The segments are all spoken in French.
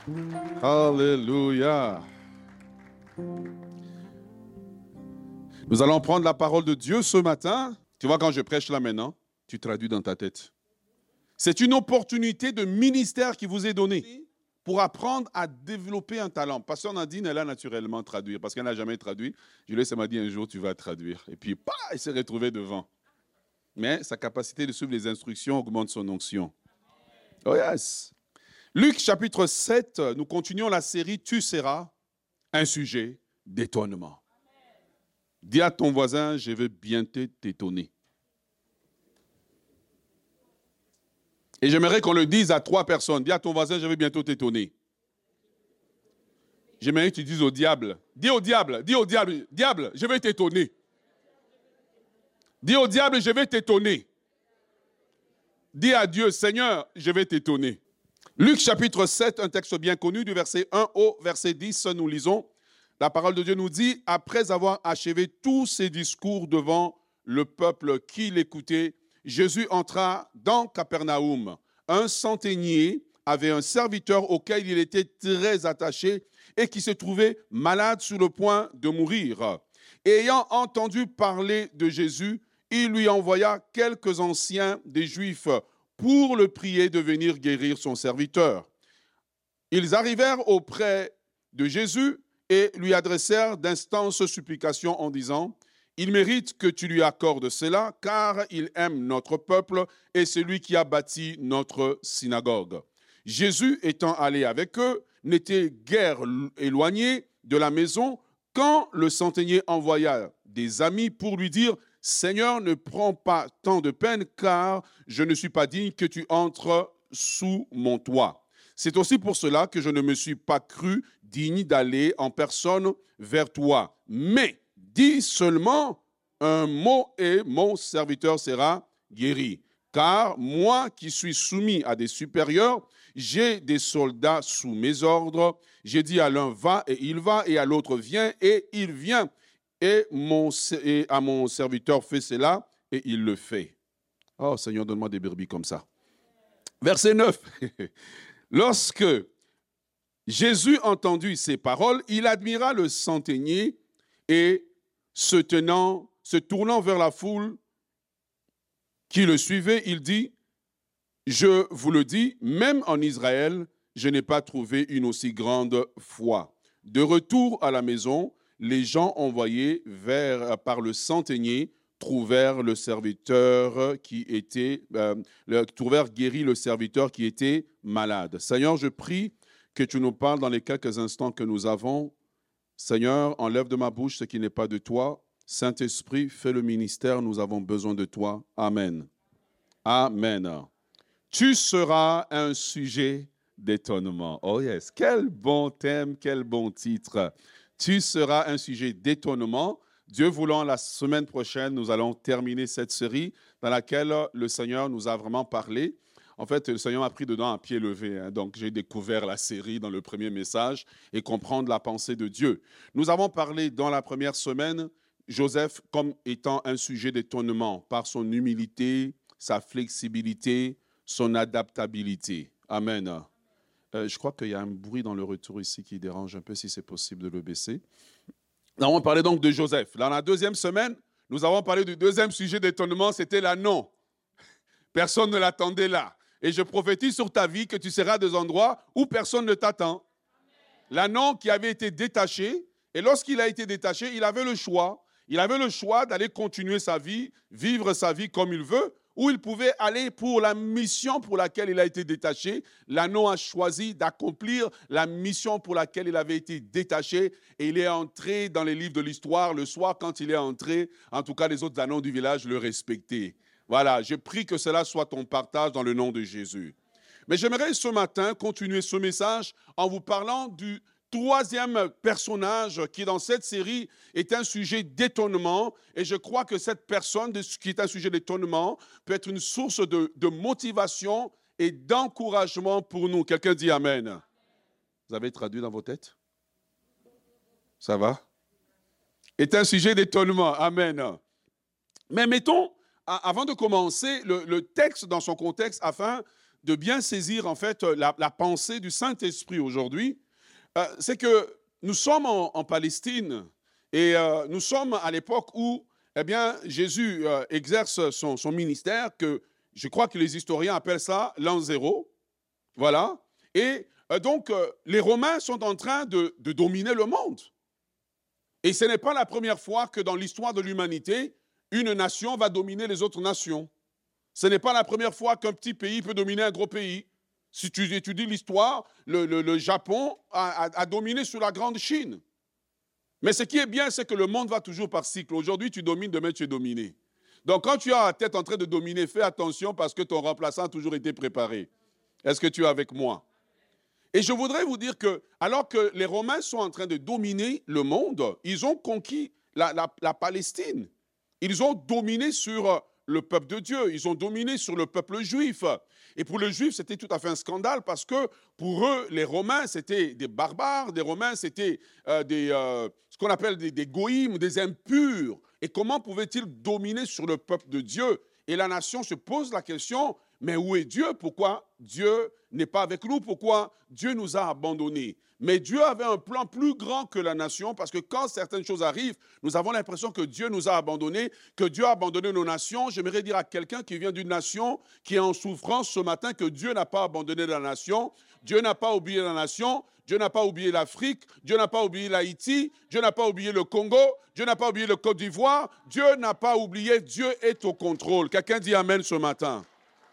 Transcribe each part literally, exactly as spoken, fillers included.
Alléluia. Nous allons prendre la parole de Dieu ce matin. Tu vois, quand je prêche là maintenant, tu traduis dans ta tête. C'est une opportunité de ministère qui vous est donnée pour apprendre à développer un talent. Pasteur Nadine, elle a naturellement traduit, parce qu'elle n'a jamais traduit. Je lui ai m'a dit un jour, tu vas traduire. Et puis, bah, elle s'est retrouvée devant. Mais sa capacité de suivre les instructions augmente son onction. Oh yes. Luc chapitre sept, nous continuons la série « Tu seras un sujet d'étonnement ». Dis à ton voisin, je vais bientôt t'étonner. Et j'aimerais qu'on le dise à trois personnes. Dis à ton voisin, je vais bientôt t'étonner. J'aimerais que tu dises au diable. Dis au diable, dis au diable, diable, je vais t'étonner. Dis au diable, je vais t'étonner. Dis à Dieu, Seigneur, je vais t'étonner. Luc chapitre sept, un texte bien connu, du verset un au verset dix, nous lisons. La parole de Dieu nous dit, après avoir achevé tous ses discours devant le peuple qui l'écoutait, Jésus entra dans Capernaum. Un centenier avait un serviteur auquel il était très attaché et qui se trouvait malade sur le point de mourir. Ayant entendu parler de Jésus, il lui envoya quelques anciens des Juifs pour le prier de venir guérir son serviteur. Ils arrivèrent auprès de Jésus et lui adressèrent d'instances supplications en disant « Il mérite que tu lui accordes cela, car il aime notre peuple et c'est lui qui a bâti notre synagogue. » Jésus, étant allé avec eux, n'était guère éloigné de la maison quand le centenier envoya des amis pour lui dire « Seigneur, ne prends pas tant de peine, car je ne suis pas digne que tu entres sous mon toit. C'est aussi pour cela que je ne me suis pas cru digne d'aller en personne vers toi. Mais dis seulement un mot et mon serviteur sera guéri. Car moi qui suis soumis à des supérieurs, j'ai des soldats sous mes ordres. J'ai dit à l'un va et il va, et à l'autre viens et il vient. Et, mon, et à mon serviteur fais cela et il le fait. » Oh Seigneur, donne-moi des brebis comme ça. Verset neuf. Lorsque Jésus entendit ces paroles, il admira le centenier et se, tenant, se tournant vers la foule qui le suivait, il dit « Je vous le dis, même en Israël, je n'ai pas trouvé une aussi grande foi. » De retour à la maison, les gens envoyés vers, par le centenier trouvèrent le serviteur qui était, euh, le, trouvèrent guéri le serviteur qui était malade. Seigneur, je prie que tu nous parles dans les quelques instants que nous avons. Seigneur, enlève de ma bouche ce qui n'est pas de toi. Saint-Esprit, fais le ministère, nous avons besoin de toi. Amen. Amen. Tu seras un sujet d'étonnement. Oh yes, quel bon thème, quel bon titre. Tu seras un sujet d'étonnement. Dieu voulant, la semaine prochaine, nous allons terminer cette série dans laquelle le Seigneur nous a vraiment parlé. En fait, le Seigneur m'a pris dedans à pied levé. Hein. Donc, j'ai découvert la série dans le premier message et comprendre la pensée de Dieu. Nous avons parlé dans la première semaine, Joseph comme étant un sujet d'étonnement par son humilité, sa flexibilité, son adaptabilité. Amen. Euh, je crois qu'il y a un bruit dans le retour ici qui dérange un peu, si c'est possible de le baisser. Nous avons parlé donc de Joseph. Dans la deuxième semaine, nous avons parlé du deuxième sujet d'étonnement, c'était l'annon. Personne ne l'attendait là. Et je prophétise sur ta vie que tu seras à des endroits où personne ne t'attend. L'annon qui avait été détaché, et lorsqu'il a été détaché, il avait le choix. Il avait le choix d'aller continuer sa vie, vivre sa vie comme il veut, ou il pouvait aller pour la mission pour laquelle il a été détaché. L'annon a choisi d'accomplir la mission pour laquelle il avait été détaché et il est entré dans les livres de l'histoire. Le soir, quand il est entré, en tout cas, les autres anons du village le respectaient. Voilà, je prie que cela soit ton partage dans le nom de Jésus. Mais j'aimerais ce matin continuer ce message en vous parlant du troisième personnage qui, dans cette série, est un sujet d'étonnement. Et je crois que cette personne qui est un sujet d'étonnement peut être une source de, de motivation et d'encouragement pour nous. Quelqu'un dit Amen. Vous avez traduit dans vos têtes? Ça va? Est un sujet d'étonnement. Amen. Mais mettons, avant de commencer, le, le texte dans son contexte afin de bien saisir en fait la, la pensée du Saint-Esprit aujourd'hui, euh, c'est que nous sommes en, en Palestine et euh, nous sommes à l'époque où eh bien, Jésus euh, exerce son, son ministère, que je crois que les historiens appellent ça l'an zéro. Voilà. Et euh, donc, euh, les Romains sont en train de, de dominer le monde. Et ce n'est pas la première fois que dans l'histoire de l'humanité, une nation va dominer les autres nations. Ce n'est pas la première fois qu'un petit pays peut dominer un gros pays. Si tu étudies l'histoire, le, le, le Japon a, a, a dominé sur la grande Chine. Mais ce qui est bien, c'est que le monde va toujours par cycle. Aujourd'hui, tu domines, demain, tu es dominé. Donc, quand tu as la tête en train de dominer, fais attention parce que ton remplaçant a toujours été préparé. Est-ce que tu es avec moi? Et je voudrais vous dire que, alors que les Romains sont en train de dominer le monde, ils ont conquis la, la, la Palestine. Ils ont dominé sur le peuple de Dieu. Ils ont dominé sur le peuple juif. Et pour le juif, c'était tout à fait un scandale parce que pour eux, les Romains, c'était des barbares. Des Romains, c'était euh, des, euh, ce qu'on appelle des, des goïms, des impurs. Et comment pouvaient-ils dominer sur le peuple de Dieu? Et la nation se pose la question, mais où est Dieu? Pourquoi Dieu n'est pas avec nous? Pourquoi Dieu nous a abandonnés? Mais Dieu avait un plan plus grand que la nation parce que quand certaines choses arrivent, nous avons l'impression que Dieu nous a abandonnés, que Dieu a abandonné nos nations. J'aimerais dire à quelqu'un qui vient d'une nation qui est en souffrance ce matin que Dieu n'a pas abandonné la nation. Dieu n'a pas oublié la nation. Dieu n'a pas oublié l'Afrique. Dieu n'a pas oublié l'Haïti. Dieu n'a pas oublié le Congo. Dieu n'a pas oublié le Côte d'Ivoire. Dieu n'a pas oublié. Dieu est au contrôle. Quelqu'un dit Amen ce matin.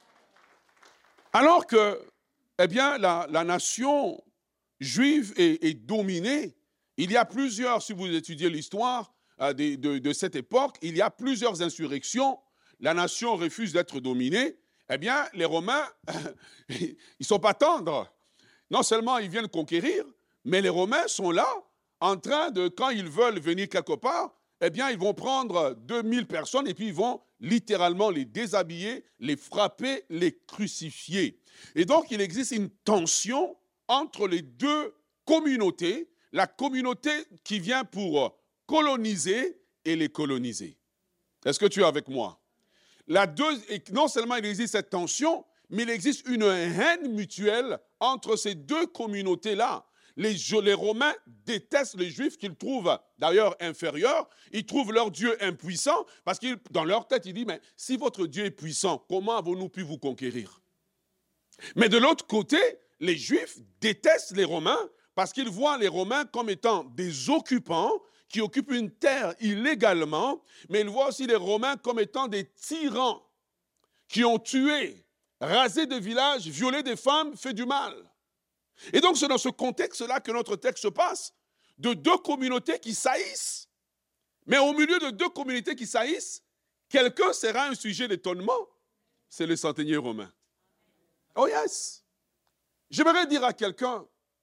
Alors que, eh bien, la, la nation juive est, est dominée. Il y a plusieurs, si vous étudiez l'histoire euh, de, de, de cette époque, il y a plusieurs insurrections. La nation refuse d'être dominée. Eh bien, les Romains, ils ne sont pas tendres. Non seulement ils viennent conquérir, mais les Romains sont là, en train de, quand ils veulent venir quelque part, eh bien, ils vont prendre deux mille personnes et puis ils vont littéralement les déshabiller, les frapper, les crucifier. Et donc, il existe une tension entre les deux communautés, la communauté qui vient pour coloniser et les coloniser. Est-ce que tu es avec moi? La deux, et non seulement il existe cette tension, mais il existe une haine mutuelle entre ces deux communautés-là. Les, les Romains détestent les Juifs qu'ils trouvent d'ailleurs inférieurs. Ils trouvent leur Dieu impuissant parce que dans leur tête, ils disent, mais si votre Dieu est puissant, comment avons-nous pu vous conquérir? Mais de l'autre côté, les Juifs détestent les Romains parce qu'ils voient les Romains comme étant des occupants qui occupent une terre illégalement, mais ils voient aussi les Romains comme étant des tyrans qui ont tué, rasé des villages, violé des femmes, fait du mal. Et donc, c'est dans ce contexte-là que notre texte se passe, de deux communautés qui saillissent. Mais au milieu de deux communautés qui saillissent, quelqu'un sera un sujet d'étonnement, c'est le centenier romain. Oh yes! J'aimerais dire à quelqu'un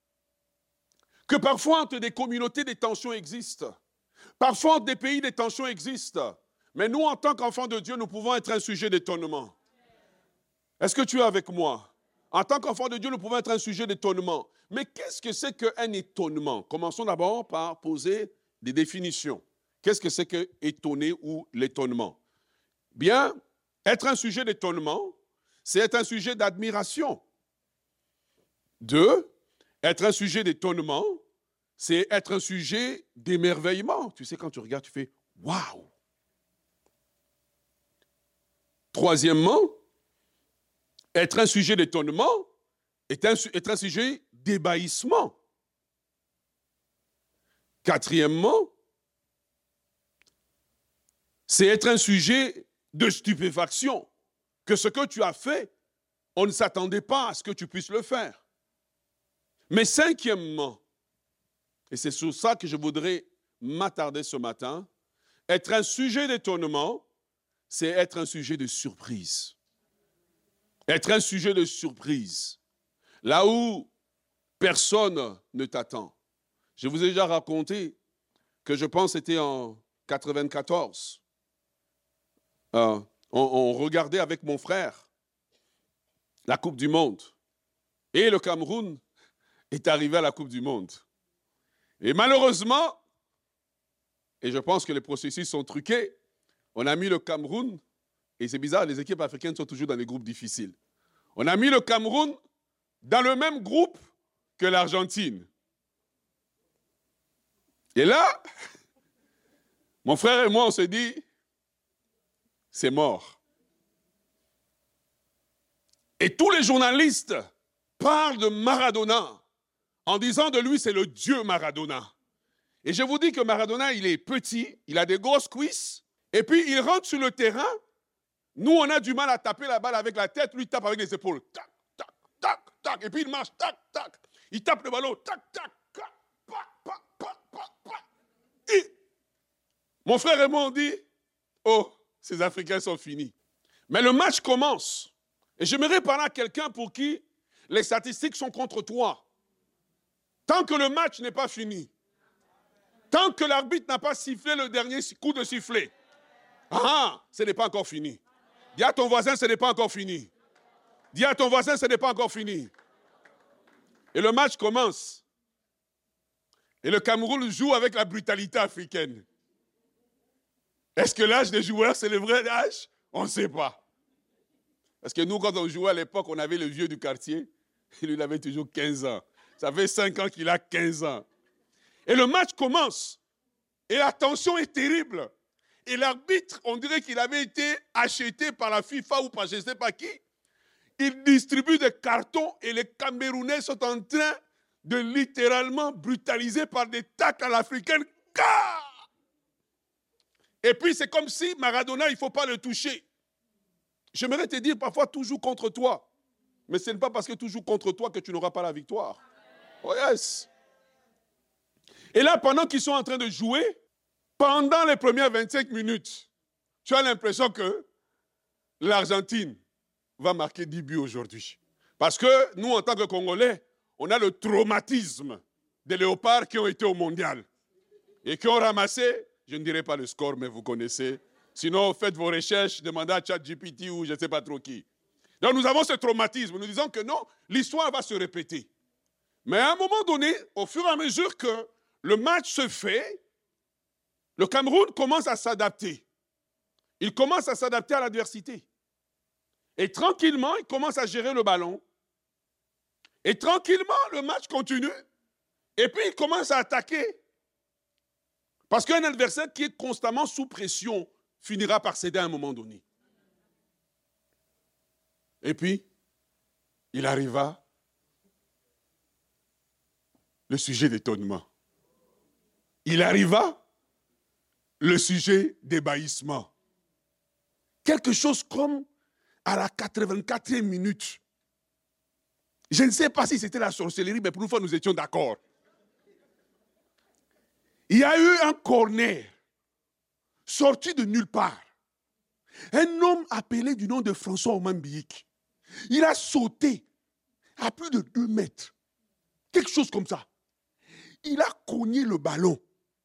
que parfois entre des communautés, des tensions existent. Parfois entre des pays, des tensions existent. Mais nous, en tant qu'enfants de Dieu, nous pouvons être un sujet d'étonnement. Est-ce que tu es avec moi? En tant qu'enfant de Dieu, nous pouvons être un sujet d'étonnement. Mais qu'est-ce que c'est qu'un étonnement? Commençons d'abord par poser des définitions. Qu'est-ce que c'est que étonner ou l'étonnement? Bien, être un sujet d'étonnement, c'est être un sujet d'admiration. Deux, être un sujet d'étonnement, c'est être un sujet d'émerveillement. Tu sais, quand tu regardes, tu fais « waouh ». Troisièmement, être un sujet d'étonnement est un, être un sujet d'ébahissement. Quatrièmement, c'est être un sujet de stupéfaction. Que ce que tu as fait, on ne s'attendait pas à ce que tu puisses le faire. Mais cinquièmement, et c'est sur ça que je voudrais m'attarder ce matin, être un sujet d'étonnement, c'est être un sujet de surprise. Être un sujet de surprise, là où personne ne t'attend. Je vous ai déjà raconté que je pense que c'était en quatre-vingt-quatorze. Euh, on, on regardait avec mon frère la Coupe du Monde. Et le Cameroun est arrivé à la Coupe du Monde. Et malheureusement, et je pense que les processus sont truqués, on a mis le Cameroun. Et c'est bizarre, les équipes africaines sont toujours dans des groupes difficiles. On a mis le Cameroun dans le même groupe que l'Argentine. Et là, mon frère et moi, on se dit, c'est mort. Et tous les journalistes parlent de Maradona en disant de lui, c'est le dieu Maradona. Et je vous dis que Maradona, il est petit, il a des grosses cuisses, et puis il rentre sur le terrain. Nous, on a du mal à taper la balle avec la tête, lui, il tape avec les épaules. Tac, tac, tac, tac, et puis il marche, tac, tac. Il tape le ballon, tac, tac, tac, tac, tac, tac, tac. Et mon frère et moi, on dit, oh, ces Africains sont finis. Mais le match commence. Et j'aimerais parler à quelqu'un pour qui les statistiques sont contre toi. Tant que le match n'est pas fini, tant que l'arbitre n'a pas sifflé le dernier coup de sifflet, ah, ce n'est pas encore fini. Dis à ton voisin, ce n'est pas encore fini. Dis à ton voisin, ce n'est pas encore fini. Et le match commence. Et le Cameroun joue avec la brutalité africaine. Est-ce que l'âge des joueurs, c'est le vrai âge? On ne sait pas. Parce que nous, quand on jouait à l'époque, on avait le vieux du quartier. Et lui, il avait toujours quinze ans. Ça fait cinq ans qu'il a quinze ans. Et le match commence. Et la tension est terrible. Et l'arbitre, on dirait qu'il avait été acheté par la FIFA ou par je ne sais pas qui. Il distribue des cartons et les Camerounais sont en train de littéralement brutaliser par des tacles à l'africaine. Et puis c'est comme si Maradona, il ne faut pas le toucher. J'aimerais te dire parfois toujours contre toi. Mais ce n'est pas parce que toujours contre toi que tu n'auras pas la victoire. Oh yes. Et là, pendant qu'ils sont en train de jouer, pendant les premières vingt-cinq minutes, tu as l'impression que l'Argentine va marquer dix buts aujourd'hui. Parce que nous, en tant que Congolais, on a le traumatisme des léopards qui ont été au mondial et qui ont ramassé, je ne dirai pas le score, mais vous connaissez. Sinon, faites vos recherches, demandez à ChatGPT ou je ne sais pas trop qui. Donc nous avons ce traumatisme. Nous disons que non, l'histoire va se répéter. Mais à un moment donné, au fur et à mesure que le match se fait, le Cameroun commence à s'adapter. Il commence à s'adapter à l'adversité. Et tranquillement, il commence à gérer le ballon. Et tranquillement, le match continue. Et puis, il commence à attaquer. Parce qu'un adversaire qui est constamment sous pression finira par céder à un moment donné. Et puis, il arriva le sujet d'étonnement. Il arriva le sujet d'ébahissement. Quelque chose comme à la quatre-vingt-quatrième minute. Je ne sais pas si c'était la sorcellerie, mais pour une fois, nous étions d'accord. Il y a eu un corner sorti de nulle part. Un homme appelé du nom de François Omambiyik. Il a sauté à plus de deux mètres. Quelque chose comme ça. Il a cogné le ballon.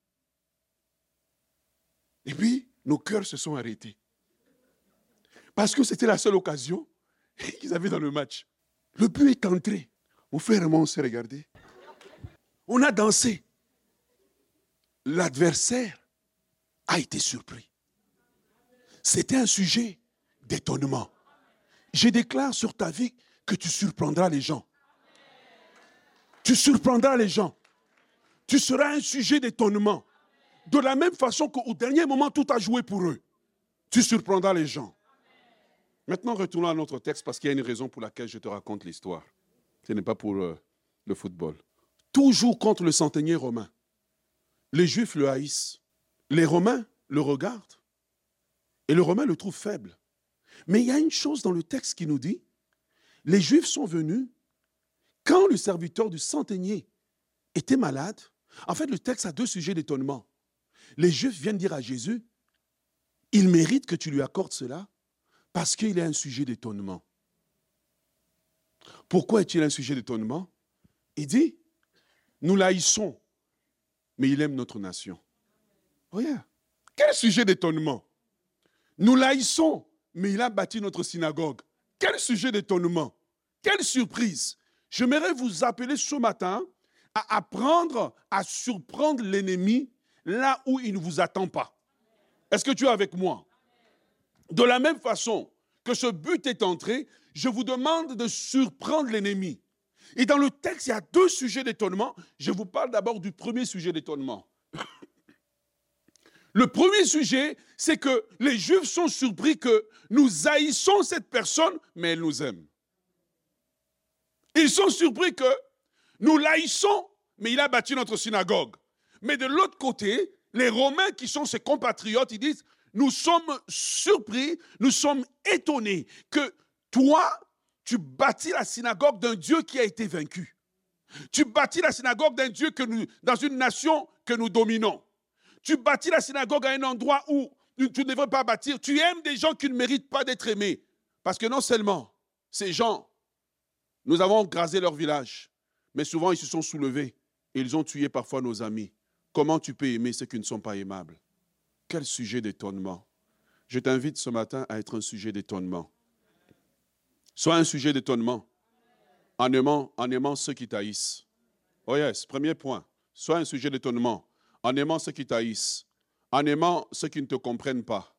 Et puis, nos cœurs se sont arrêtés. Parce que c'était la seule occasion qu'ils avaient dans le match. Le but est entré. Mon frère et moi, on s'est regardé. On a dansé. L'adversaire a été surpris. C'était un sujet d'étonnement. Je déclare sur ta vie que tu surprendras les gens. Tu surprendras les gens. Tu seras un sujet d'étonnement. De la même façon qu'au dernier moment, tout a joué pour eux. Tu surprendras les gens. Maintenant, retournons à notre texte parce qu'il y a une raison pour laquelle je te raconte l'histoire. Ce n'est pas pour euh, le football. Toujours contre le centenier romain. Les Juifs le haïssent. Les Romains le regardent. Et le Romain le trouve faible. Mais il y a une chose dans le texte qui nous dit, les Juifs sont venus quand le serviteur du centenier était malade. En fait, le texte a deux sujets d'étonnement. Les Juifs viennent dire à Jésus, il mérite que tu lui accordes cela parce qu'il est un sujet d'étonnement. Pourquoi est-il un sujet d'étonnement? Il dit, nous l'haïssons, mais il aime notre nation. Oh yeah. Quel sujet d'étonnement? Nous l'haïssons, mais il a bâti notre synagogue. Quel sujet d'étonnement? Quelle surprise! J'aimerais vous appeler ce matin à apprendre à surprendre l'ennemi là où il ne vous attend pas. Est-ce que tu es avec moi? De la même façon que ce but est entré, je vous demande de surprendre l'ennemi. Et dans le texte, il y a deux sujets d'étonnement. Je vous parle d'abord du premier sujet d'étonnement. Le premier sujet, c'est que les Juifs sont surpris que nous haïssons cette personne, mais elle nous aime. Ils sont surpris que nous l'haïssons, mais il a bâti notre synagogue. Mais de l'autre côté, les Romains qui sont ses compatriotes, ils disent, nous sommes surpris, nous sommes étonnés que toi, tu bâtis la synagogue d'un Dieu qui a été vaincu. Tu bâtis la synagogue d'un Dieu que nous, dans une nation que nous dominons. Tu bâtis la synagogue à un endroit où tu ne devrais pas bâtir. Tu aimes des gens qui ne méritent pas d'être aimés. Parce que non seulement ces gens, nous avons grasé leur village, mais souvent ils se sont soulevés et ils ont tué parfois nos amis. Comment tu peux aimer ceux qui ne sont pas aimables? Quel sujet d'étonnement. Je t'invite ce matin à être un sujet d'étonnement. Sois un sujet d'étonnement en aimant, en aimant ceux qui t'haïssent. Oh yes, premier point. Sois un sujet d'étonnement en aimant ceux qui t'haïssent, en aimant ceux qui ne te comprennent pas.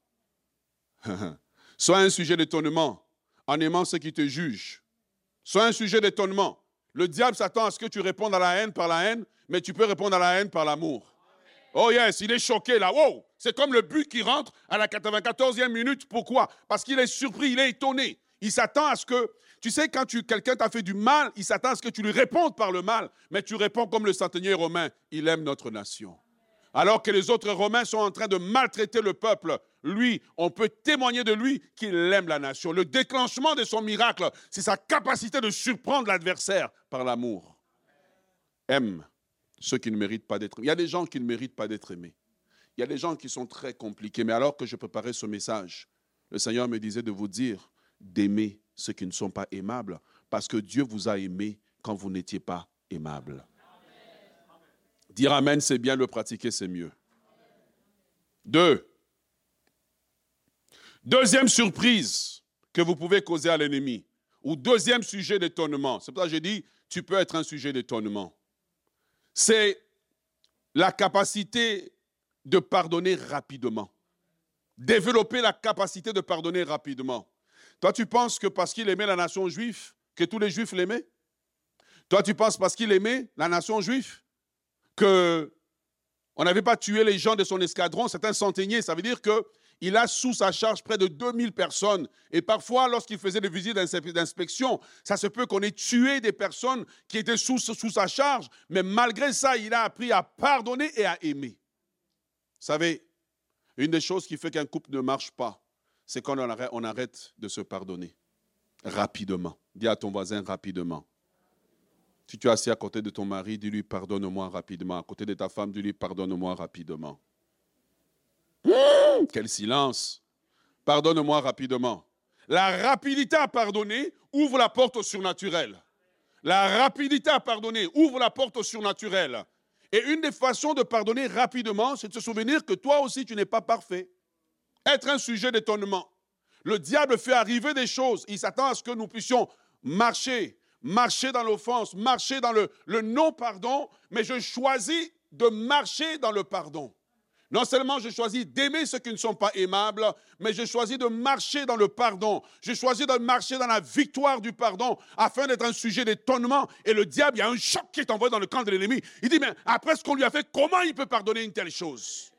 Sois un sujet d'étonnement en aimant ceux qui te jugent. Sois un sujet d'étonnement. Le diable s'attend à ce que tu répondes à la haine par la haine, mais tu peux répondre à la haine par l'amour. Oh yes, il est choqué là. Wow, c'est comme le but qui rentre à la quatre-vingt-quatorzième minute. Pourquoi? Parce qu'il est surpris, il est étonné. Il s'attend à ce que, tu sais, quand tu, quelqu'un t'a fait du mal, il s'attend à ce que tu lui répondes par le mal, mais tu réponds comme le centenier romain. Il aime notre nation. Alors que les autres Romains sont en train de maltraiter le peuple, lui, on peut témoigner de lui qu'il aime la nation. Le déclenchement de son miracle, c'est sa capacité de surprendre l'adversaire par l'amour. Aime ceux qui ne méritent pas d'être aimés. Il y a des gens qui ne méritent pas d'être aimés. Il y a des gens qui sont très compliqués. Mais alors que je préparais ce message, le Seigneur me disait de vous dire d'aimer ceux qui ne sont pas aimables, parce que Dieu vous a aimé quand vous n'étiez pas aimable. Dire amen, c'est bien, le pratiquer, c'est mieux. Deux. Deuxième surprise que vous pouvez causer à l'ennemi, ou deuxième sujet d'étonnement. C'est pour ça que j'ai dit, tu peux être un sujet d'étonnement. C'est la capacité de pardonner rapidement. Développer la capacité de pardonner rapidement. Toi, tu penses que parce qu'il aimait la nation juive, que tous les juifs l'aimaient? Toi, tu penses parce qu'il aimait la nation juive, qu'on n'avait pas tué les gens de son escadron? C'est un centenier, ça veut dire qu'il a sous sa charge près de deux mille personnes. Et parfois, lorsqu'il faisait des visites d'inspection, ça se peut qu'on ait tué des personnes qui étaient sous, sous sa charge, mais malgré ça, il a appris à pardonner et à aimer. Vous savez, une des choses qui fait qu'un couple ne marche pas, c'est quand on arrête, on arrête de se pardonner rapidement. Dis à ton voisin rapidement. Si tu es assis à côté de ton mari, dis-lui pardonne-moi rapidement. À côté de ta femme, dis-lui pardonne-moi rapidement. Mmh, quel silence. Pardonne-moi rapidement. La rapidité à pardonner ouvre la porte au surnaturel. La rapidité à pardonner ouvre la porte au surnaturel. Et une des façons de pardonner rapidement, c'est de se souvenir que toi aussi, tu n'es pas parfait. Être un sujet d'étonnement. Le diable fait arriver des choses. Il s'attend à ce que nous puissions marcher, marcher dans l'offense, marcher dans le, le non-pardon, mais je choisis de marcher dans le pardon. Non seulement je choisis d'aimer ceux qui ne sont pas aimables, mais je choisis de marcher dans le pardon. Je choisis de marcher dans la victoire du pardon afin d'être un sujet d'étonnement. Et le diable, il y a un choc qui est envoyé dans le camp de l'ennemi. Il dit, mais après ce qu'on lui a fait, comment il peut pardonner une telle chose?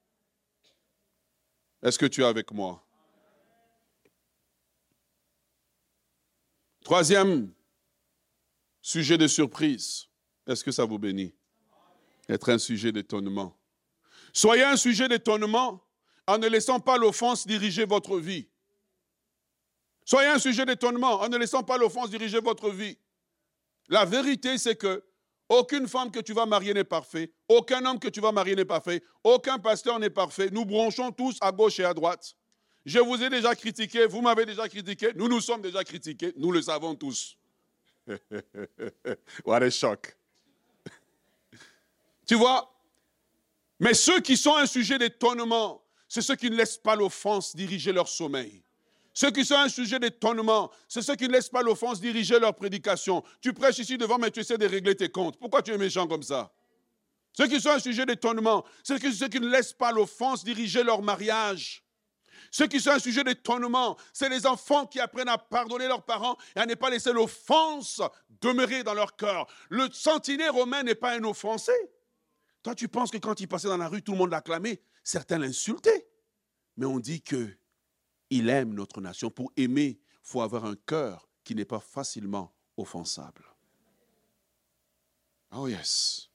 Est-ce que tu es avec moi? Troisième sujet de surprise. Est-ce que ça vous bénit? Être un sujet d'étonnement. Soyez un sujet d'étonnement en ne laissant pas l'offense diriger votre vie. Soyez un sujet d'étonnement en ne laissant pas l'offense diriger votre vie. La vérité, c'est que aucune femme que tu vas marier n'est parfait, aucun homme que tu vas marier n'est parfait, aucun pasteur n'est parfait. Nous bronchons tous à gauche et à droite. Je vous ai déjà critiqué, vous m'avez déjà critiqué, nous nous sommes déjà critiqués, nous le savons tous. What a choc. Tu vois? Mais ceux qui sont un sujet d'étonnement, c'est ceux qui ne laissent pas l'offense diriger leur sommeil. Ceux qui sont un sujet d'étonnement, c'est ceux qui ne laissent pas l'offense diriger leur prédication. Tu prêches ici devant, mais tu essaies de régler tes comptes. Pourquoi tu es méchant comme ça? Ceux qui sont un sujet d'étonnement, c'est ceux qui ne laissent pas l'offense diriger leur mariage. Ceux qui sont un sujet d'étonnement, c'est les enfants qui apprennent à pardonner leurs parents et à ne pas laisser l'offense demeurer dans leur cœur. Le centenier romain n'est pas un offensé. Toi, tu penses que quand il passait dans la rue, tout le monde l'acclamait. Certains l'insultaient. Mais on dit qu'il aime notre nation. Pour aimer, il faut avoir un cœur qui n'est pas facilement offensable. Oh yes.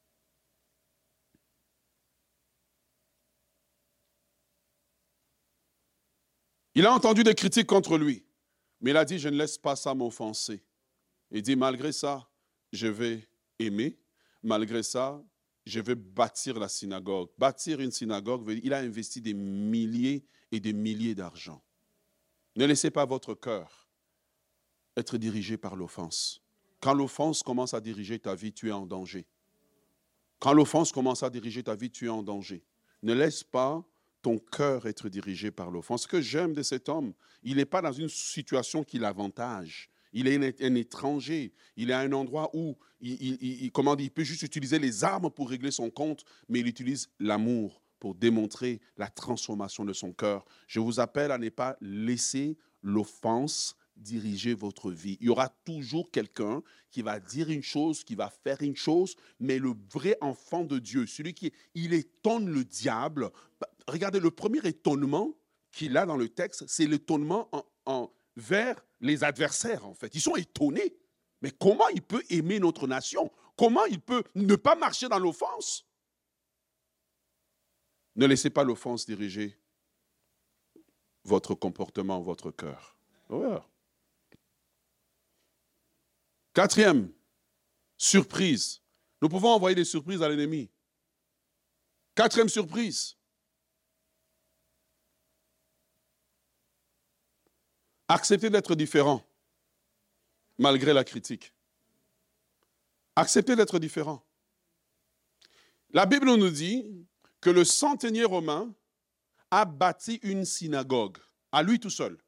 Il a entendu des critiques contre lui, mais il a dit, je ne laisse pas ça m'offenser. Il dit, malgré ça, je vais aimer. Malgré ça, je vais bâtir la synagogue. Bâtir une synagogue, il a investi des milliers et des milliers d'argent. Ne laissez pas votre cœur être dirigé par l'offense. Quand l'offense commence à diriger ta vie, tu es en danger. Quand l'offense commence à diriger ta vie, tu es en danger. Ne laisse pas ton cœur être dirigé par l'offense. Ce que j'aime de cet homme, il n'est pas dans une situation qui l'avantage. Il est un étranger. Il est à un endroit où il, il, il, comment dire, il peut juste utiliser les armes pour régler son compte, mais il utilise l'amour pour démontrer la transformation de son cœur. Je vous appelle à ne pas laisser l'offense diriger votre vie. Il y aura toujours quelqu'un qui va dire une chose, qui va faire une chose, mais le vrai enfant de Dieu, celui qui il étonne le diable. Regardez, le premier étonnement qu'il a dans le texte, c'est l'étonnement en, en, vers les adversaires, en fait. Ils sont étonnés. Mais comment il peut aimer notre nation? Comment il peut ne pas marcher dans l'offense? Ne laissez pas l'offense diriger votre comportement, votre cœur. Ouais. Quatrième, surprise. Nous pouvons envoyer des surprises à l'ennemi. Quatrième surprise. Accepter d'être différent, malgré la critique. Accepter d'être différent. La Bible nous dit que le centenier romain a bâti une synagogue, à lui tout seul.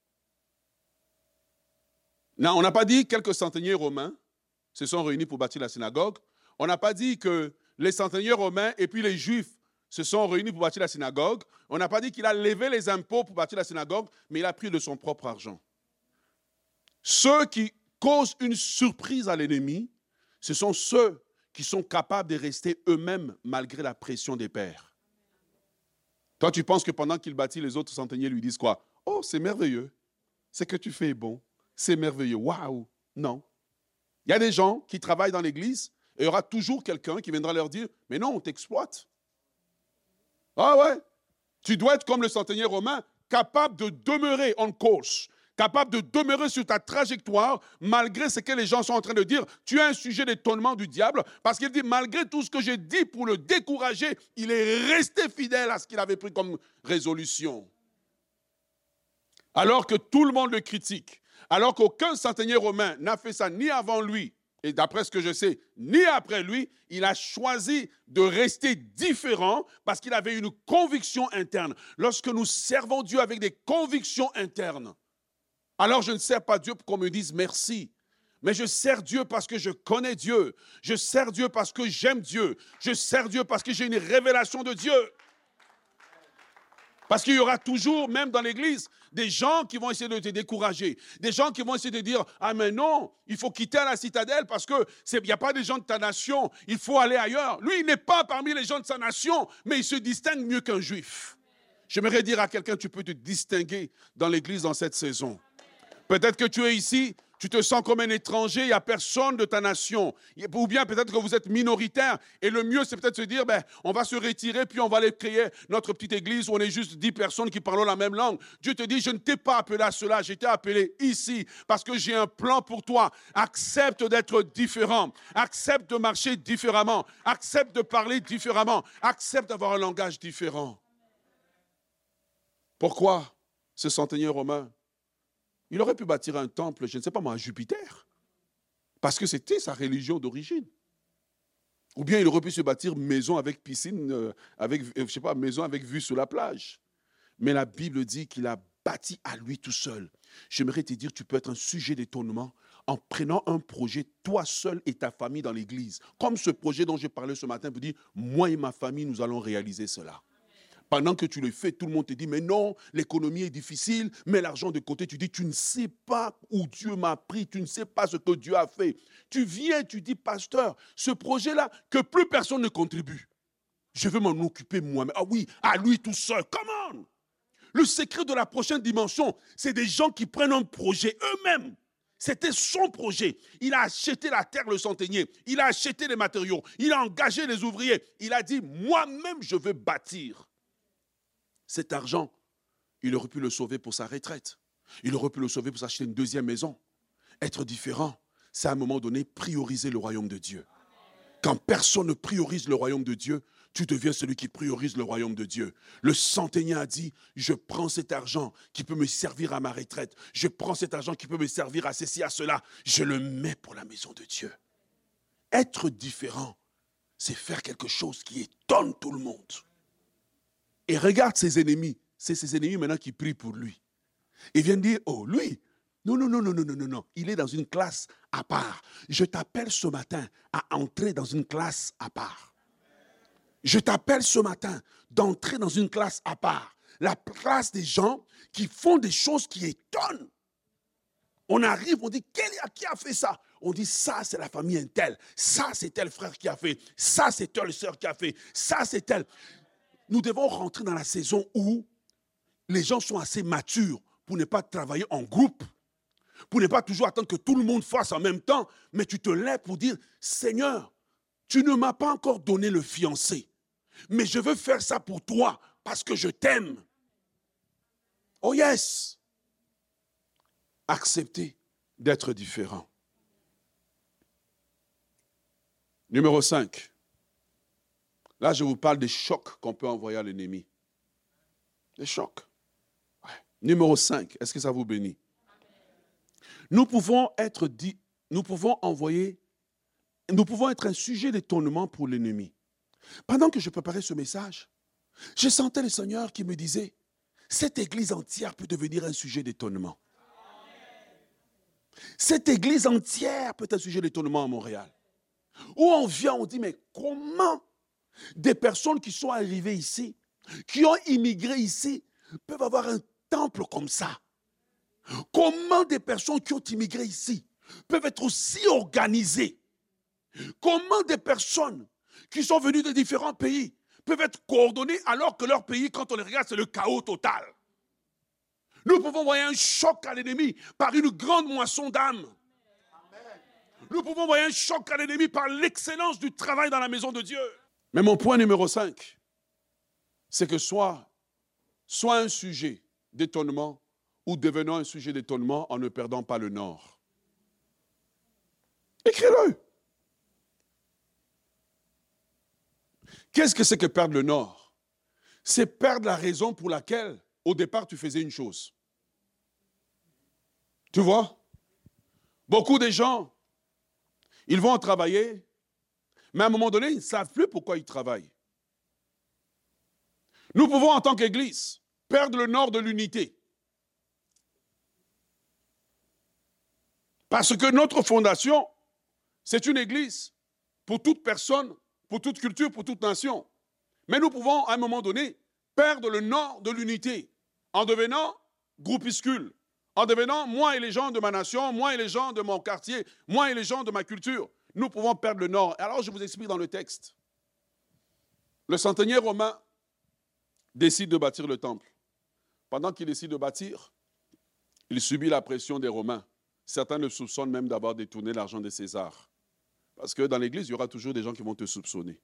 Non, on n'a pas dit que quelques centeniers romains se sont réunis pour bâtir la synagogue. On n'a pas dit que les centeniers romains et puis les juifs se sont réunis pour bâtir la synagogue. On n'a pas dit qu'il a levé les impôts pour bâtir la synagogue, mais il a pris de son propre argent. Ceux qui causent une surprise à l'ennemi, ce sont ceux qui sont capables de rester eux-mêmes malgré la pression des pairs. Toi, tu penses que pendant qu'il bâtit, les autres centeniers lui disent quoi? Oh, c'est merveilleux. Ce que tu fais est bon. C'est merveilleux. Waouh! Non. Il y a des gens qui travaillent dans l'église et il y aura toujours quelqu'un qui viendra leur dire, mais non, on t'exploite. Ah ouais? Tu dois être comme le centenier romain, capable de demeurer en course, capable de demeurer sur ta trajectoire, malgré ce que les gens sont en train de dire. Tu as un sujet d'étonnement du diable, parce qu'il dit, malgré tout ce que j'ai dit pour le décourager, il est resté fidèle à ce qu'il avait pris comme résolution. Alors que tout le monde le critique, alors qu'aucun centenier romain n'a fait ça ni avant lui, et d'après ce que je sais, ni après lui, il a choisi de rester différent parce qu'il avait une conviction interne. Lorsque nous servons Dieu avec des convictions internes, alors je ne sers pas Dieu pour qu'on me dise merci. Mais je sers Dieu parce que je connais Dieu. Je sers Dieu parce que j'aime Dieu. Je sers Dieu parce que j'ai une révélation de Dieu. Parce qu'il y aura toujours, même dans l'église, des gens qui vont essayer de te décourager. Des gens qui vont essayer de dire, ah mais non, il faut quitter la citadelle parce qu'il n'y a pas de gens de ta nation, il faut aller ailleurs. Lui, il n'est pas parmi les gens de sa nation, mais il se distingue mieux qu'un juif. J'aimerais dire à quelqu'un, tu peux te distinguer dans l'église dans cette saison. Peut-être que tu es ici, tu te sens comme un étranger, il n'y a personne de ta nation. Ou bien peut-être que vous êtes minoritaire. Et le mieux, c'est peut-être se dire, ben, on va se retirer, puis on va aller créer notre petite église où on est juste dix personnes qui parlent la même langue. Dieu te dit, je ne t'ai pas appelé à cela, je t'ai appelé ici parce que j'ai un plan pour toi. Accepte d'être différent. Accepte de marcher différemment. Accepte de parler différemment. Accepte d'avoir un langage différent. Pourquoi ce centenier romain? Il aurait pu bâtir un temple, je ne sais pas moi, à Jupiter. Parce que c'était sa religion d'origine. Ou bien il aurait pu se bâtir maison avec piscine, euh, avec, je sais pas, maison avec vue sur la plage. Mais la Bible dit qu'il a bâti à lui tout seul. J'aimerais te dire, tu peux être un sujet d'étonnement en prenant un projet, toi seul et ta famille dans l'église. Comme ce projet dont j'ai parlé ce matin, vous dire, moi et ma famille, nous allons réaliser cela. Pendant que tu le fais, tout le monde te dit, mais non, l'économie est difficile, mets l'argent de côté. Tu dis, tu ne sais pas où Dieu m'a pris, tu ne sais pas ce que Dieu a fait. Tu viens, tu dis, pasteur, ce projet-là, que plus personne ne contribue. Je veux m'en occuper moi-même. Ah oui, à lui tout seul, come on! Le secret de la prochaine dimension, c'est des gens qui prennent un projet eux-mêmes. C'était son projet. Il a acheté la terre, le centenier. Il a acheté les matériaux. Il a engagé les ouvriers. Il a dit, moi-même, je veux bâtir. Cet argent, il aurait pu le sauver pour sa retraite. Il aurait pu le sauver pour s'acheter une deuxième maison. Être différent, c'est à un moment donné prioriser le royaume de Dieu. Quand personne ne priorise le royaume de Dieu, tu deviens celui qui priorise le royaume de Dieu. Le centenier a dit, je prends cet argent qui peut me servir à ma retraite. Je prends cet argent qui peut me servir à ceci, à cela. Je le mets pour la maison de Dieu. Être différent, c'est faire quelque chose qui étonne tout le monde. Et regarde ses ennemis. C'est ses ennemis maintenant qui prient pour lui. Ils viennent dire, oh lui, non, non, non, non, non, non, non, non. Il est dans une classe à part. Je t'appelle ce matin à entrer dans une classe à part. Je t'appelle ce matin d'entrer dans une classe à part. La classe des gens qui font des choses qui étonnent. On arrive, on dit, qui a fait ça? On dit, ça, c'est la famille Intel. Ça, c'est tel frère qui a fait. Ça, c'est telle sœur qui a fait. Ça, c'est tel. Nous devons rentrer dans la saison où les gens sont assez matures pour ne pas travailler en groupe, pour ne pas toujours attendre que tout le monde fasse en même temps, mais tu te lèves pour dire, Seigneur, tu ne m'as pas encore donné le fiancé, mais je veux faire ça pour toi parce que je t'aime. Oh yes! Accepter d'être différent. Numéro cinq. Là, je vous parle des chocs qu'on peut envoyer à l'ennemi. Des chocs. Ouais. Numéro cinq. Est-ce que ça vous bénit? Nous pouvons être dit, nous pouvons envoyer, nous pouvons être un sujet d'étonnement pour l'ennemi. Pendant que je préparais ce message, je sentais le Seigneur qui me disait, cette église entière peut devenir un sujet d'étonnement. Cette église entière peut être un sujet d'étonnement à Montréal. Où on vient, on dit, mais comment des personnes qui sont arrivées ici, qui ont immigré ici, peuvent avoir un temple comme ça? Comment des personnes qui ont immigré ici peuvent être aussi organisées? Comment des personnes qui sont venues de différents pays peuvent être coordonnées alors que leur pays, quand on les regarde, c'est le chaos total? Nous pouvons envoyer un choc à l'ennemi par une grande moisson d'âmes. Nous pouvons envoyer un choc à l'ennemi par l'excellence du travail dans la maison de Dieu. Mais mon point numéro cinq, c'est que soit, soit un sujet d'étonnement ou devenons un sujet d'étonnement en ne perdant pas le nord. Écris-le. Qu'est-ce que c'est que perdre le nord? C'est perdre la raison pour laquelle, au départ, tu faisais une chose. Tu vois? Beaucoup de gens, ils vont travailler, mais à un moment donné, ils ne savent plus pourquoi ils travaillent. Nous pouvons, en tant qu'Église, perdre le nord de l'unité. Parce que notre fondation, c'est une Église pour toute personne, pour toute culture, pour toute nation. Mais nous pouvons, à un moment donné, perdre le nord de l'unité en devenant groupuscule, en devenant moi et les gens de ma nation, moi et les gens de mon quartier, moi et les gens de ma culture. Nous pouvons perdre le nord. Alors, je vous explique dans le texte. Le centenier romain décide de bâtir le temple. Pendant qu'il décide de bâtir, il subit la pression des Romains. Certains le soupçonnent même d'avoir détourné l'argent de César. Parce que dans l'Église, il y aura toujours des gens qui vont te soupçonner.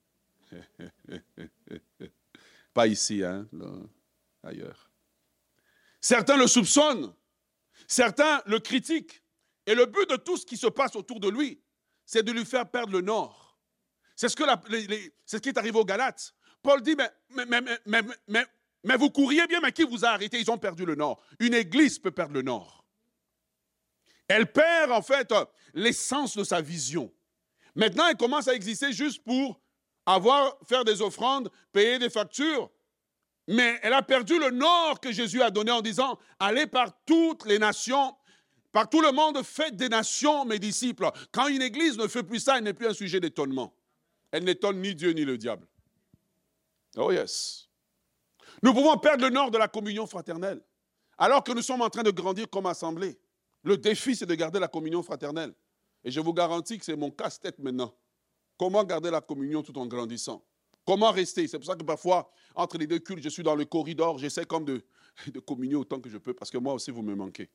Pas ici, hein, là, ailleurs. Certains le soupçonnent. Certains le critiquent. Et le but de tout ce qui se passe autour de lui, c'est de lui faire perdre le nord. C'est ce, que la, les, les, c'est ce qui est arrivé aux Galates. Paul dit, mais, mais, mais, mais, mais, mais vous couriez bien, mais qui vous a arrêté? Ils ont perdu le nord. Une église peut perdre le nord. Elle perd en fait l'essence de sa vision. Maintenant, elle commence à exister juste pour avoir, faire des offrandes, payer des factures. Mais elle a perdu le nord que Jésus a donné en disant, allez par toutes les nations, par tout le monde, faites des nations mes disciples. Quand une église ne fait plus ça, elle n'est plus un sujet d'étonnement. Elle n'étonne ni Dieu ni le diable. Oh yes. Nous pouvons perdre le nord de la communion fraternelle, alors que nous sommes en train de grandir comme assemblée. Le défi, c'est de garder la communion fraternelle. Et je vous garantis que c'est mon casse-tête maintenant. Comment garder la communion tout en grandissant? Comment rester? C'est pour ça que parfois, entre les deux cultes, je suis dans le corridor, j'essaie comme de, de communier autant que je peux, parce que moi aussi, vous me manquez.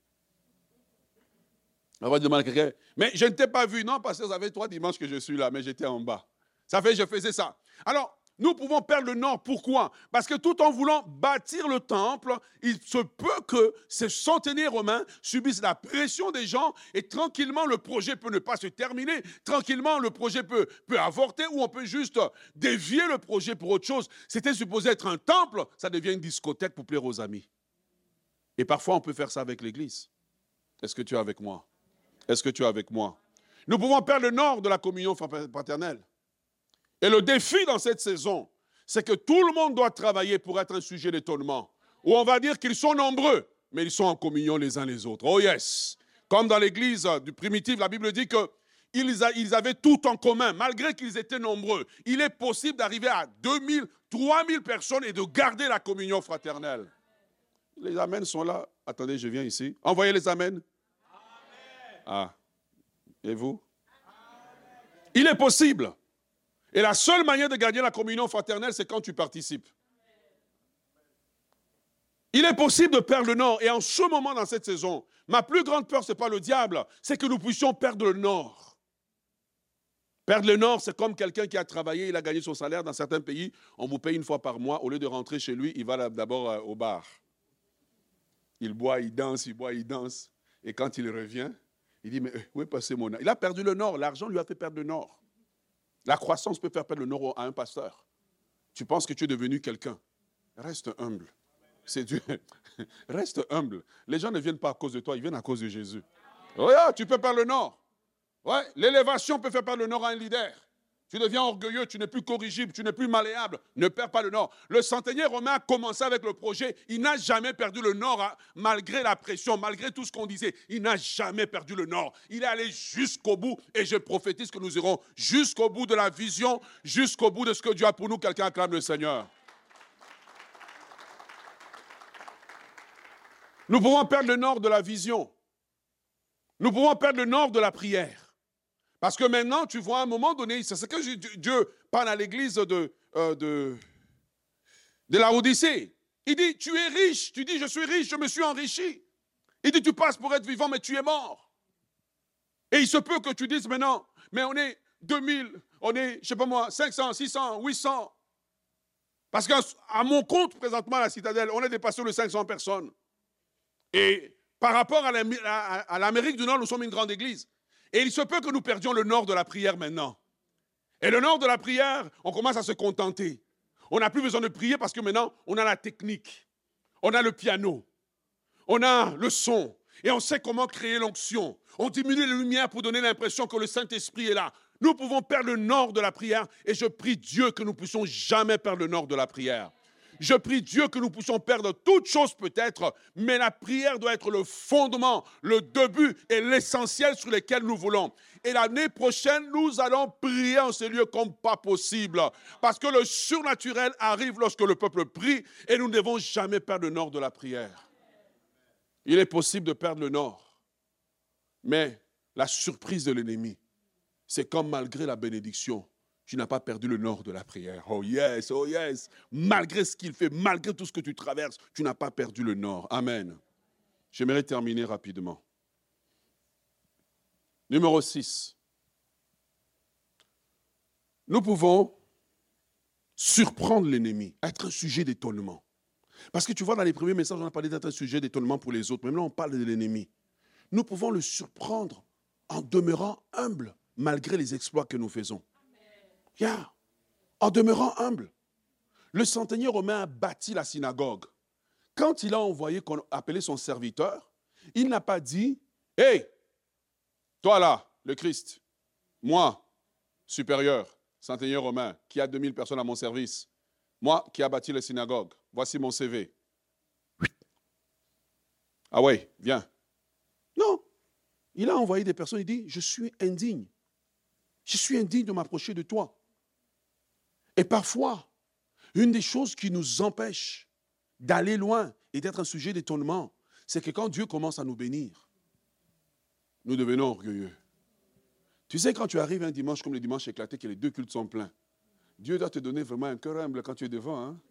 On va demander à quelqu'un, mais je ne t'ai pas vu. Non, parce que ça fait trois dimanches que je suis là, mais j'étais en bas. Ça fait, je faisais ça. Alors, nous pouvons perdre le nord. Pourquoi? Parce que tout en voulant bâtir le temple, il se peut que ces centenaires romains subissent la pression des gens et tranquillement, le projet peut ne pas se terminer. Tranquillement, le projet peut, peut avorter ou on peut juste dévier le projet pour autre chose. C'était supposé être un temple, ça devient une discothèque pour plaire aux amis. Et parfois, on peut faire ça avec l'Église. Est-ce que tu es avec moi? Est-ce que tu es avec moi? Nous pouvons perdre le nord de la communion fraternelle. Et le défi dans cette saison, c'est que tout le monde doit travailler pour être un sujet d'étonnement. Où on va dire qu'ils sont nombreux, mais ils sont en communion les uns les autres. Oh yes! Comme dans l'église du primitif, la Bible dit qu'ils avaient tout en commun, malgré qu'ils étaient nombreux. Il est possible d'arriver à deux mille, trois mille personnes et de garder la communion fraternelle. Les amens sont là. Attendez, je viens ici. Envoyez les amens. Ah. Et vous? Il est possible. Et la seule manière de gagner la communion fraternelle, c'est quand tu participes. Il est possible de perdre le nord. Et en ce moment, dans cette saison, ma plus grande peur, ce n'est pas le diable, c'est que nous puissions perdre le nord. Perdre le nord, c'est comme quelqu'un qui a travaillé, il a gagné son salaire dans certains pays. On vous paye une fois par mois. Au lieu de rentrer chez lui, il va d'abord au bar. Il boit, il danse, il boit, il danse. Et quand il revient, il dit, mais où est passé mon argent? Il a perdu le nord. L'argent lui a fait perdre le nord. La croissance peut faire perdre le nord à un pasteur. Tu penses que tu es devenu quelqu'un. Reste humble. C'est Dieu. Reste humble. Les gens ne viennent pas à cause de toi, ils viennent à cause de Jésus. Oh yeah, tu peux perdre le nord. Ouais, l'élévation peut faire perdre le nord à un leader. Tu deviens orgueilleux, tu n'es plus corrigible, tu n'es plus malléable. Ne perds pas le nord. Le centenaire romain a commencé avec le projet. Il n'a jamais perdu le nord, hein, malgré la pression, malgré tout ce qu'on disait. Il n'a jamais perdu le nord. Il est allé jusqu'au bout. Et je prophétise que nous irons jusqu'au bout de la vision, jusqu'au bout de ce que Dieu a pour nous. Quelqu'un acclame le Seigneur. Nous pouvons perdre le nord de la vision. Nous pouvons perdre le nord de la prière. Parce que maintenant, tu vois, à un moment donné, c'est ce que Dieu parle à l'église de, euh, de, de la Odyssée. Il dit, tu es riche. Tu dis, je suis riche, je me suis enrichi. Il dit, tu passes pour être vivant, mais tu es mort. Et il se peut que tu dises maintenant, mais on est deux mille, on est, je ne sais pas moi, cinq cents, six cents, huit cents. Parce qu'à mon compte, présentement, à la Citadelle, on est dépassé de cinq cents personnes. Et par rapport à l'Amérique du Nord, nous sommes une grande église. Et il se peut que nous perdions le nord de la prière maintenant. Et le nord de la prière, on commence à se contenter. On n'a plus besoin de prier parce que maintenant, on a la technique. On a le piano. On a le son. Et on sait comment créer l'onction. On diminue les lumières pour donner l'impression que le Saint-Esprit est là. Nous pouvons perdre le nord de la prière. Et je prie Dieu que nous ne puissions jamais perdre le nord de la prière. Je prie Dieu que nous puissions perdre toutes choses peut-être, mais la prière doit être le fondement, le début et l'essentiel sur lesquels nous voulons. Et l'année prochaine, nous allons prier en ces lieux comme pas possible. Parce que le surnaturel arrive lorsque le peuple prie et nous ne devons jamais perdre le nord de la prière. Il est possible de perdre le nord, mais la surprise de l'ennemi, c'est comme malgré la bénédiction, tu n'as pas perdu le nord de la prière. Oh yes, oh yes. Malgré ce qu'il fait, malgré tout ce que tu traverses, tu n'as pas perdu le nord. Amen. J'aimerais terminer rapidement. Numéro six. Nous pouvons surprendre l'ennemi, être un sujet d'étonnement. Parce que tu vois, dans les premiers messages, on a parlé d'être un sujet d'étonnement pour les autres. Même là, on parle de l'ennemi. Nous pouvons le surprendre en demeurant humble, malgré les exploits que nous faisons. Yeah. En demeurant humble. Le centenier romain a bâti la synagogue. Quand il a envoyé, qu'on appelait son serviteur, il n'a pas dit, « Hey, toi là, le Christ, moi, supérieur, centenier romain, qui a deux mille personnes à mon service, moi qui a bâti la synagogue, voici mon C V. » Ah ouais, viens. Non. Il a envoyé des personnes, il dit, « Je suis indigne. Je suis indigne de m'approcher de toi. » Et parfois, une des choses qui nous empêche d'aller loin et d'être un sujet d'étonnement, c'est que quand Dieu commence à nous bénir, nous devenons orgueilleux. Tu sais, quand tu arrives un dimanche comme le dimanche éclaté, que les deux cultes sont pleins, Dieu doit te donner vraiment un cœur humble quand tu es devant. Hein?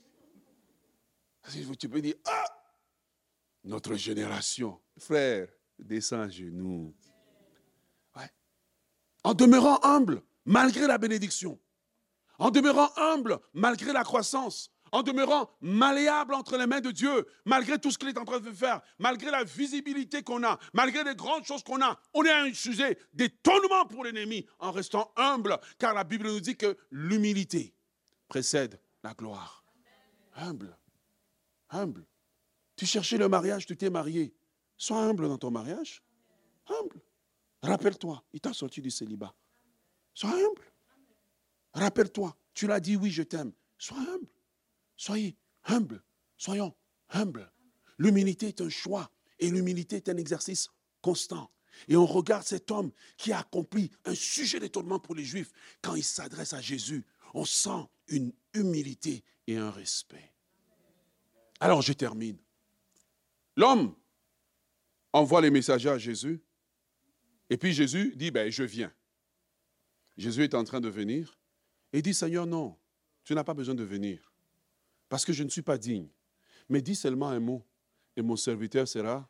Tu peux dire, ah, notre génération, frère, descends à genoux. Ouais. En demeurant humble, malgré la bénédiction. En demeurant humble, malgré la croissance. En demeurant malléable entre les mains de Dieu, malgré tout ce qu'il est en train de faire, malgré la visibilité qu'on a, malgré les grandes choses qu'on a, on est à un sujet d'étonnement pour l'ennemi en restant humble, car la Bible nous dit que l'humilité précède la gloire. Humble, humble. Tu cherchais le mariage, tu t'es marié. Sois humble dans ton mariage. Humble. Rappelle-toi, il t'a sorti du célibat. Sois humble. Rappelle-toi, tu l'as dit, oui, je t'aime. Sois humble. Soyez humble, soyons humbles. L'humilité est un choix et l'humilité est un exercice constant. Et on regarde cet homme qui a accompli un sujet d'étonnement pour les Juifs. Quand il s'adresse à Jésus, on sent une humilité et un respect. Alors je termine. L'homme envoie les messagers à Jésus et puis Jésus dit, ben, je viens. Jésus est en train de venir et dit, Seigneur, non, tu n'as pas besoin de venir. Parce que je ne suis pas digne. Mais dis seulement un mot et mon serviteur sera.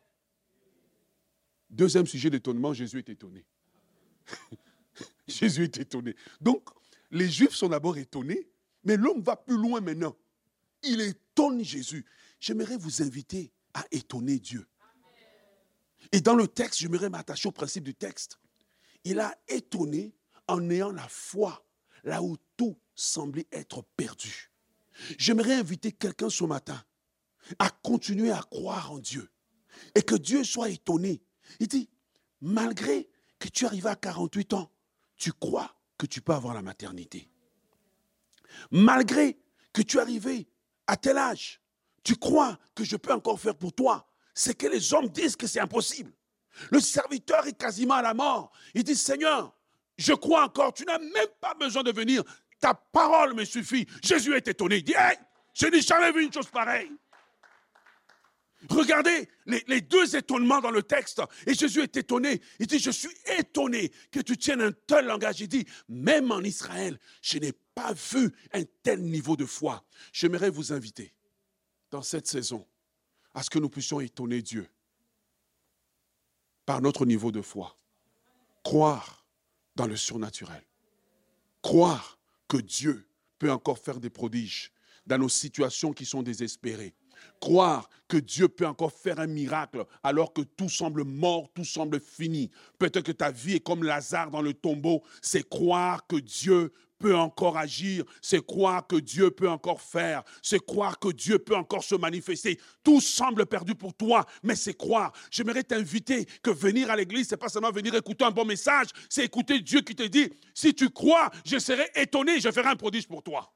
Deuxième sujet d'étonnement, Jésus est étonné. Jésus est étonné. Donc, les Juifs sont d'abord étonnés, mais l'homme va plus loin maintenant. Il étonne Jésus. J'aimerais vous inviter à étonner Dieu. Et dans le texte, j'aimerais m'attacher au principe du texte. Il a étonné en ayant la foi, là où tout semblait être perdu. J'aimerais inviter quelqu'un ce matin à continuer à croire en Dieu et que Dieu soit étonné. Il dit, malgré que tu arrives à quarante-huit ans, tu crois que tu peux avoir la maternité. Malgré que tu es arrivé à tel âge, tu crois que je peux encore faire pour toi ce que les hommes disent que c'est impossible. Le serviteur est quasiment à la mort. Il dit, Seigneur, je crois encore, tu n'as même pas besoin de venir. Ta parole me suffit. Jésus est étonné. Il dit, hey, je n'ai jamais vu une chose pareille. Regardez les, les deux étonnements dans le texte. Et Jésus est étonné. Il dit, je suis étonné que tu tiennes un tel langage. Il dit, même en Israël, je n'ai pas vu un tel niveau de foi. J'aimerais vous inviter dans cette saison à ce que nous puissions étonner Dieu par notre niveau de foi. Croire dans le surnaturel. Croire que Dieu peut encore faire des prodiges dans nos situations qui sont désespérées. Croire que Dieu peut encore faire un miracle alors que tout semble mort, tout semble fini. Peut-être que ta vie est comme Lazare dans le tombeau. C'est croire que Dieu peut encore agir. C'est croire que Dieu peut encore faire. C'est croire que Dieu peut encore se manifester. Tout semble perdu pour toi, mais c'est croire. J'aimerais t'inviter que venir à l'église, ce n'est pas seulement venir écouter un bon message, c'est écouter Dieu qui te dit, si tu crois, je serai étonné, je ferai un prodige pour toi.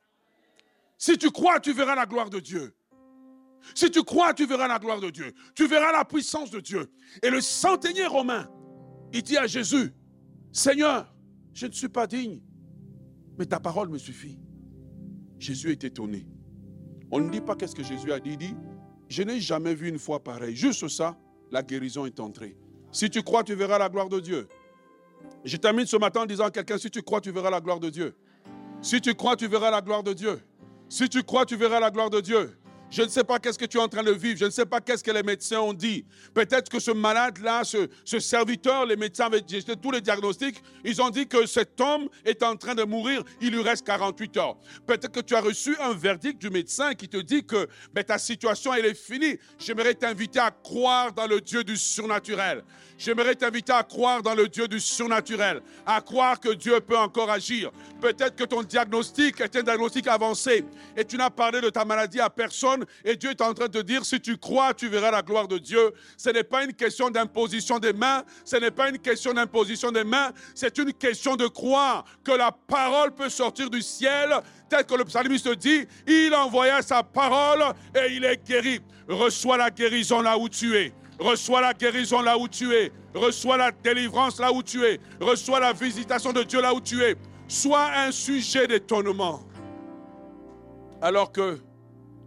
Si tu crois, tu verras la gloire de Dieu. Si tu crois, tu verras la gloire de Dieu. Tu verras la puissance de Dieu. Et le centenier romain, il dit à Jésus, Seigneur, je ne suis pas digne, mais ta parole me suffit. Jésus est étonné. On ne dit pas qu'est-ce que Jésus a dit. Il dit, je n'ai jamais vu une foi pareille. Juste ça, la guérison est entrée. Si tu crois, tu verras la gloire de Dieu. Je termine ce matin en disant à quelqu'un, si tu crois, tu verras la gloire de Dieu. Si tu crois, tu verras la gloire de Dieu. Si tu crois, tu verras la gloire de Dieu. Je ne sais pas qu'est-ce que tu es en train de vivre. Je ne sais pas qu'est-ce que les médecins ont dit. Peut-être que ce malade-là, ce, ce serviteur, les médecins avaient jeté tous les diagnostics. Ils ont dit que cet homme est en train de mourir. Il lui reste quarante-huit heures. Peut-être que tu as reçu un verdict du médecin qui te dit que ben, ta situation, elle est finie. J'aimerais t'inviter à croire dans le Dieu du surnaturel. J'aimerais t'inviter à croire dans le Dieu du surnaturel. À croire que Dieu peut encore agir. Peut-être que ton diagnostic est un diagnostic avancé et tu n'as parlé de ta maladie à personne. Et Dieu est en train de te dire, si tu crois, tu verras la gloire de Dieu. Ce n'est pas une question d'imposition des mains. Ce n'est pas une question d'imposition des mains. C'est une question de croire que la parole peut sortir du ciel. Tel que le psalmiste dit, il envoya sa parole et il est guéri. Reçois la guérison là où tu es. Reçois la guérison là où tu es. Reçois la délivrance là où tu es. Reçois la visitation de Dieu là où tu es. Sois un sujet d'étonnement. Alors que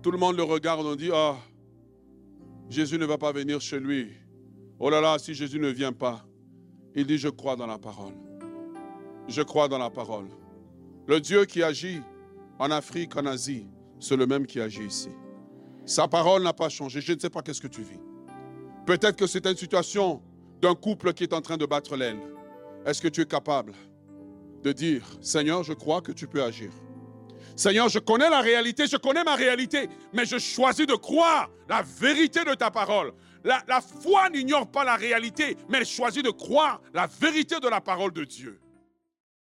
Tout le monde le regarde, on dit, ah, oh, Jésus ne va pas venir chez lui. Oh là là, si Jésus ne vient pas. Il dit, je crois dans la parole. Je crois dans la parole. Le Dieu qui agit en Afrique, en Asie, c'est le même qui agit ici. Sa parole n'a pas changé. Je ne sais pas qu'est-ce que tu vis. Peut-être que c'est une situation d'un couple qui est en train de battre l'aile. Est-ce que tu es capable de dire, Seigneur, je crois que tu peux agir. Seigneur, je connais la réalité, je connais ma réalité, mais je choisis de croire la vérité de ta parole. La, la foi n'ignore pas la réalité, mais elle choisit de croire la vérité de la parole de Dieu.